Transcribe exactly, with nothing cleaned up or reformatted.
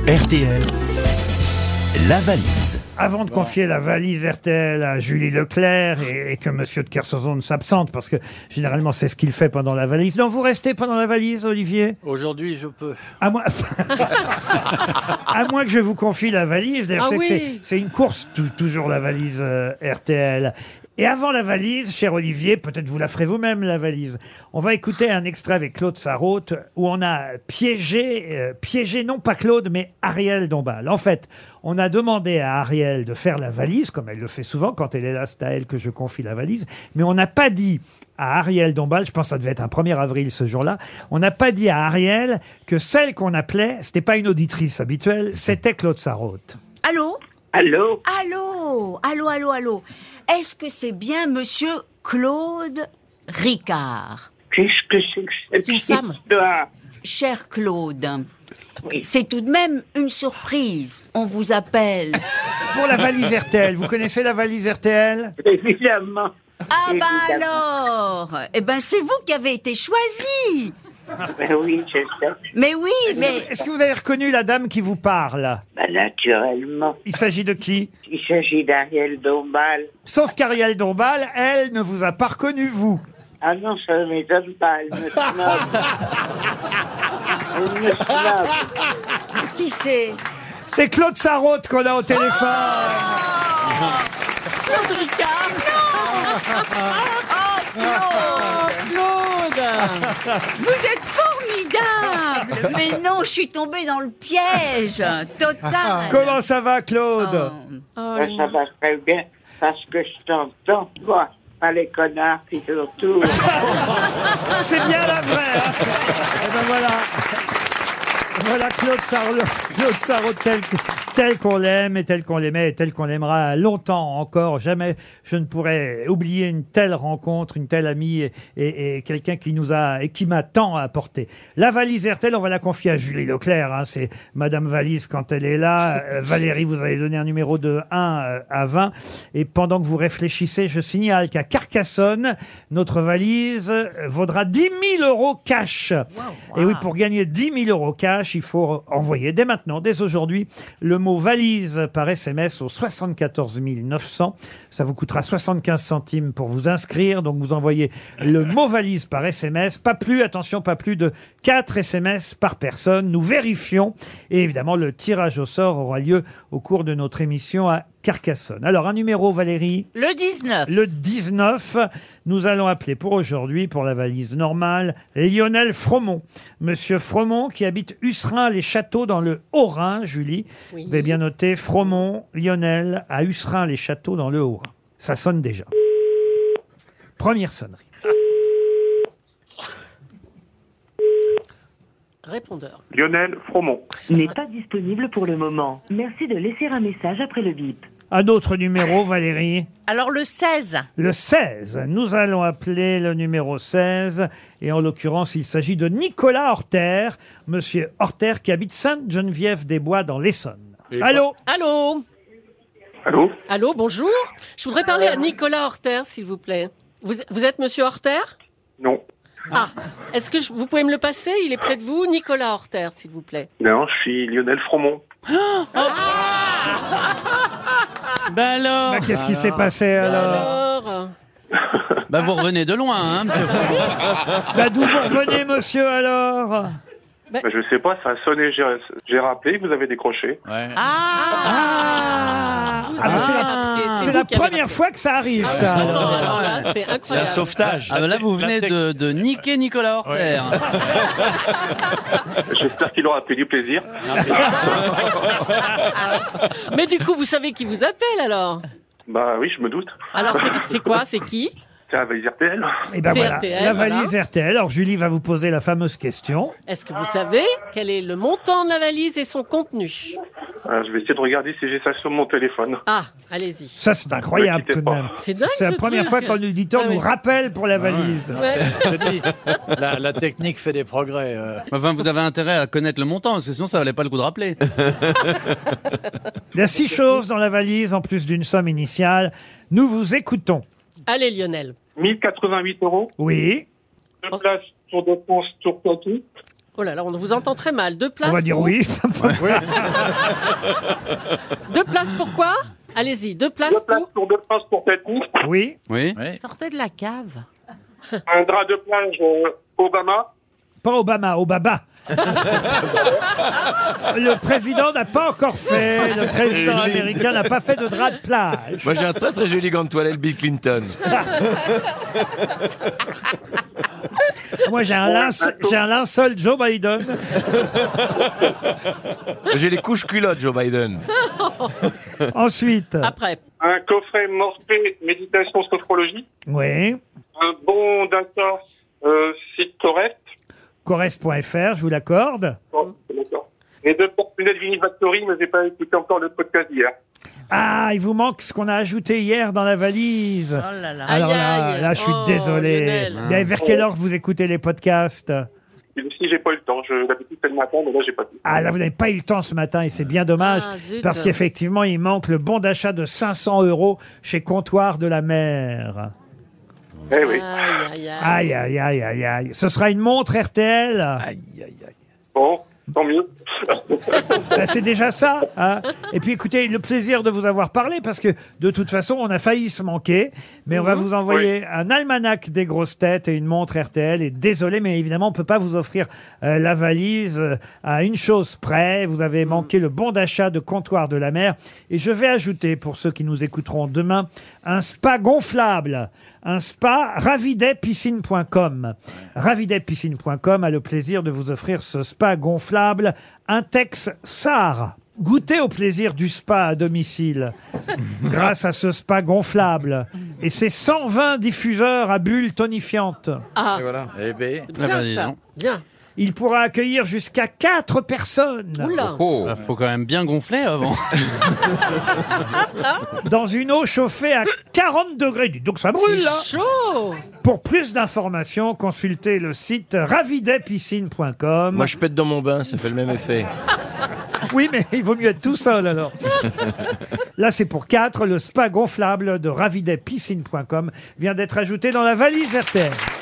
R T L, la valise. Avant de confier la valise R T L à Julie Leclerc et, et que Monsieur de Kersauzon s'absente, parce que généralement c'est ce qu'il fait pendant la valise. Non, vous restez pendant la valise, Olivier ? Aujourd'hui, je peux. À moins, à moins que je vous confie la valise. D'ailleurs, Ah c'est, que oui. c'est, c'est une course, tou- toujours la valise euh, R T L. Et avant la valise, cher Olivier, peut-être vous la ferez vous-même, la valise. On va écouter un extrait avec Claude Sarraute où on a piégé, euh, piégé non pas Claude, mais Ariel Dombal. En fait, on a demandé à Ariel de faire la valise, comme elle le fait souvent. Quand elle est là, c'est à elle que je confie la valise. Mais on n'a pas dit à Ariel Dombal, je pense que ça devait être un premier avril ce jour-là, on n'a pas dit à Ariel que celle qu'on appelait, c'était pas une auditrice habituelle, c'était Claude Sarraute. Allô? Allô? Allô? Allô, allô, allô? Est-ce que c'est bien monsieur Claude Ricard? Qu'est-ce que c'est que cette C'est une femme. histoire? Cher Claude, Oui. c'est tout de même une surprise. On vous appelle. Pour la valise R T L, vous connaissez la valise R T L ? Évidemment. Ah bah Évidemment. alors! Eh ben c'est vous qui avez été choisi. Ben oui, je sais. Mais oui, mais Est-ce que vous avez reconnu la dame qui vous parle ? Ben, naturellement. Il s'agit de qui ? Il s'agit d'Ariel Dombal. Sauf qu'Ariel Dombal, elle, ne vous a pas reconnu, vous. Ah non, ça ne m'étonne pas. Elle me snob. Elle me snob. qui c'est? C'est Claude Sarraute qu'on a au téléphone. Claude Ricard. Oh, Claude. vous êtes formidable. Mais non, je suis tombée dans le piège total. Comment ça va, Claude ? Oh, Ben, ça va très bien parce que je t'entends, quoi. Pas les connards qui te autour. C'est bien la vraie. hein. Eh ben voilà. Voilà Claude Sarraute, Claude Sarraute tel, que- tel qu'on l'aime et tel qu'on l'aimait et tel qu'on l'aimera longtemps encore. Jamais je ne pourrais oublier une telle rencontre, une telle amie et, et- et quelqu'un qui nous a et qui m'a tant apporté. La valise R T L, on va la confier à Julie Leclerc. hein. C'est Madame Valise quand elle est là. Euh, Valérie, vous avez donné un numéro de un euh, à vingt. Et pendant que vous réfléchissez, je signale qu'à Carcassonne, notre valise euh, vaudra dix mille euros cash. Et oui, pour gagner dix mille euros cash, il faut envoyer dès maintenant, dès aujourd'hui, le mot valise par S M S au soixante-quatorze mille neuf cents. Ça vous coûtera soixante-quinze centimes pour vous inscrire. Donc vous envoyez le mot valise par S M S. Pas plus, attention, pas plus de quatre S M S par personne. Nous vérifions. Et évidemment, le tirage au sort aura lieu au cours de notre émission à Carcassonne. Alors, un numéro, Valérie ? Le dix-neuf. Le dix-neuf, nous allons appeler pour aujourd'hui, pour la valise normale, Lionel Fromont. Monsieur Fromont qui habite Usserin-les-Châteaux dans le Haut-Rhin, Julie. Oui. Vous avez bien noté, Fromont, Lionel, à Usserin-les-Châteaux dans le Haut-Rhin. Ça sonne déjà. Première sonnerie. Répondeur. Lionel Fromont. N'est pas disponible pour le moment. Merci de laisser un message après le bip. Un autre numéro, Valérie. Alors le seize. Le seize. Nous allons appeler le numéro seize. Et en l'occurrence, il s'agit de Nicolas Horter. Monsieur Horter qui habite Sainte-Geneviève-des-Bois dans l'Essonne. Allô ? Allô. Allô? Allô, bonjour. Je voudrais parler à Nicolas Horter, s'il vous plaît. Vous, vous êtes monsieur Horter? Non. Ah, est-ce que je- vous pouvez me le passer? Il est près de vous. Nicolas Horter, s'il vous plaît. Non, je suis Lionel Fromont. Ben alors Bah, qu'est-ce qui s'est passé alors Alors, Bah vous revenez de loin, hein, monsieur. Bah, d'où vous revenez, monsieur, alors? Ben, je sais pas, ça a sonné, j'ai j'ai rappelé, vous avez décroché. Ouais. Ah, bah, c'est la, Ah, c'est c'est la vous qui avez première fois que ça arrive, ah, ça. non, alors là, c'était C'est un incroyable. sauvetage. Ah bah là vous venez de, de niquer Nicolas Horter. J'espère qu'il aura fait du plaisir. Mais du coup, vous savez qui vous appelle alors? Bah oui, je me doute. Alors, c'est c'est quoi? C'est qui? C'est la valise R T L. Et ben C'est voilà, R T L, la valise voilà. R T L. Alors, Julie va vous poser la fameuse question. Est-ce que vous savez quel est le montant de la valise et son contenu? Alors, je vais essayer de regarder si j'ai ça sur mon téléphone. Ah, allez-y. Ça, c'est incroyable, Ne quittez tout de pas. même. C'est dingue, C'est la ce première truc. fois qu'un auditeur Ah nous oui. rappelle pour la valise. Ouais. Je te dis, la, la technique fait des progrès. euh. Enfin, vous avez intérêt à connaître le montant, parce que sinon ça valait pas le coup de rappeler. Il y a six choses dans la valise, en plus d'une somme initiale. Nous vous écoutons. Allez, Lionel. mille quatre-vingt-huit euros. Oui, Deux places Tour de France, Tour Poitou. Oh là là, on vous entend très mal. Deux places On va dire pour... oui. Deux places pour quoi? Allez-y, deux places Deux places pour... pour deux places pour cette nuit. Oui. Oui. Sortez de la cave. Un drap de plage euh, Obama. Pas Obama, Obaba. Le président n'a pas encore fait. Le président américain n'a pas fait de drap de plage. Moi, j'ai un très très joli gant de toilette Bill Clinton. Moi, j'ai un, lince- j'ai un linceul Joe Biden. J'ai les couches culottes, Joe Biden. Ensuite, Après. Un coffret Morphée Méditation Sophrologie. oui, Un bon d'achat euh, site correct. Corres point F R, je vous l'accorde. Bon, d'accord. Et deux porte-lunettes Vinyl Factory, mais j'ai pas écouté encore le podcast d'hier. Ah, il vous manque ce qu'on a ajouté hier dans la valise. Oh là là. Alors là, Aïe, aïe. là, je suis Oh, désolé. Lionel. Mais vers quelle heure vous écoutez les podcasts? Et aussi, j'ai pas eu le temps. Je, d'habitude, c'est le matin, mais là, j'ai pas pu. Ah, là, vous n'avez pas eu le temps ce matin et c'est bien dommage. Ah, zut. Parce qu'effectivement, il manque le bon d'achat de cinq cents euros chez Comptoir de la Mer. Eh oui. Aïe, aïe, aïe. Aïe, aïe, aïe, aïe, aïe. Ce sera une montre R T L. Bon, tant mieux. Ben, c'est déjà ça. Hein. Et puis écoutez, le plaisir de vous avoir parlé, parce que de toute façon, on a failli se manquer. Mais on va vous envoyer un almanach des grosses têtes et une montre R T L. Et désolé, mais évidemment, on peut pas vous offrir euh, la valise euh, à une chose près. Vous avez manqué le bon d'achat de Comptoir de la Mer. Et je vais ajouter, pour ceux qui nous écouteront demain, un spa gonflable. Un spa ravidet piscine point com. ravidet piscine point com a le plaisir de vous offrir ce spa gonflable Intex Sahara. Goûtez au plaisir du spa à domicile grâce à ce spa gonflable et ses cent vingt diffuseurs à bulles tonifiantes. Ah, Eh ben, c'est bien Ah bah, dis ça. donc. Bien. Il pourra accueillir jusqu'à quatre personnes Oula. Bah, faut quand même bien gonfler avant. dans une eau chauffée à quarante degrés. Dites donc ça brûle là. Chaud. Pour plus d'informations, consultez le site ravidet piscine point com. Moi, je pète dans mon bain, ça fait le même effet. Oui, mais il vaut mieux être tout seul alors. Là, c'est pour quatre. Le spa gonflable de ravidet piscine point com vient d'être ajouté dans la valise R T L.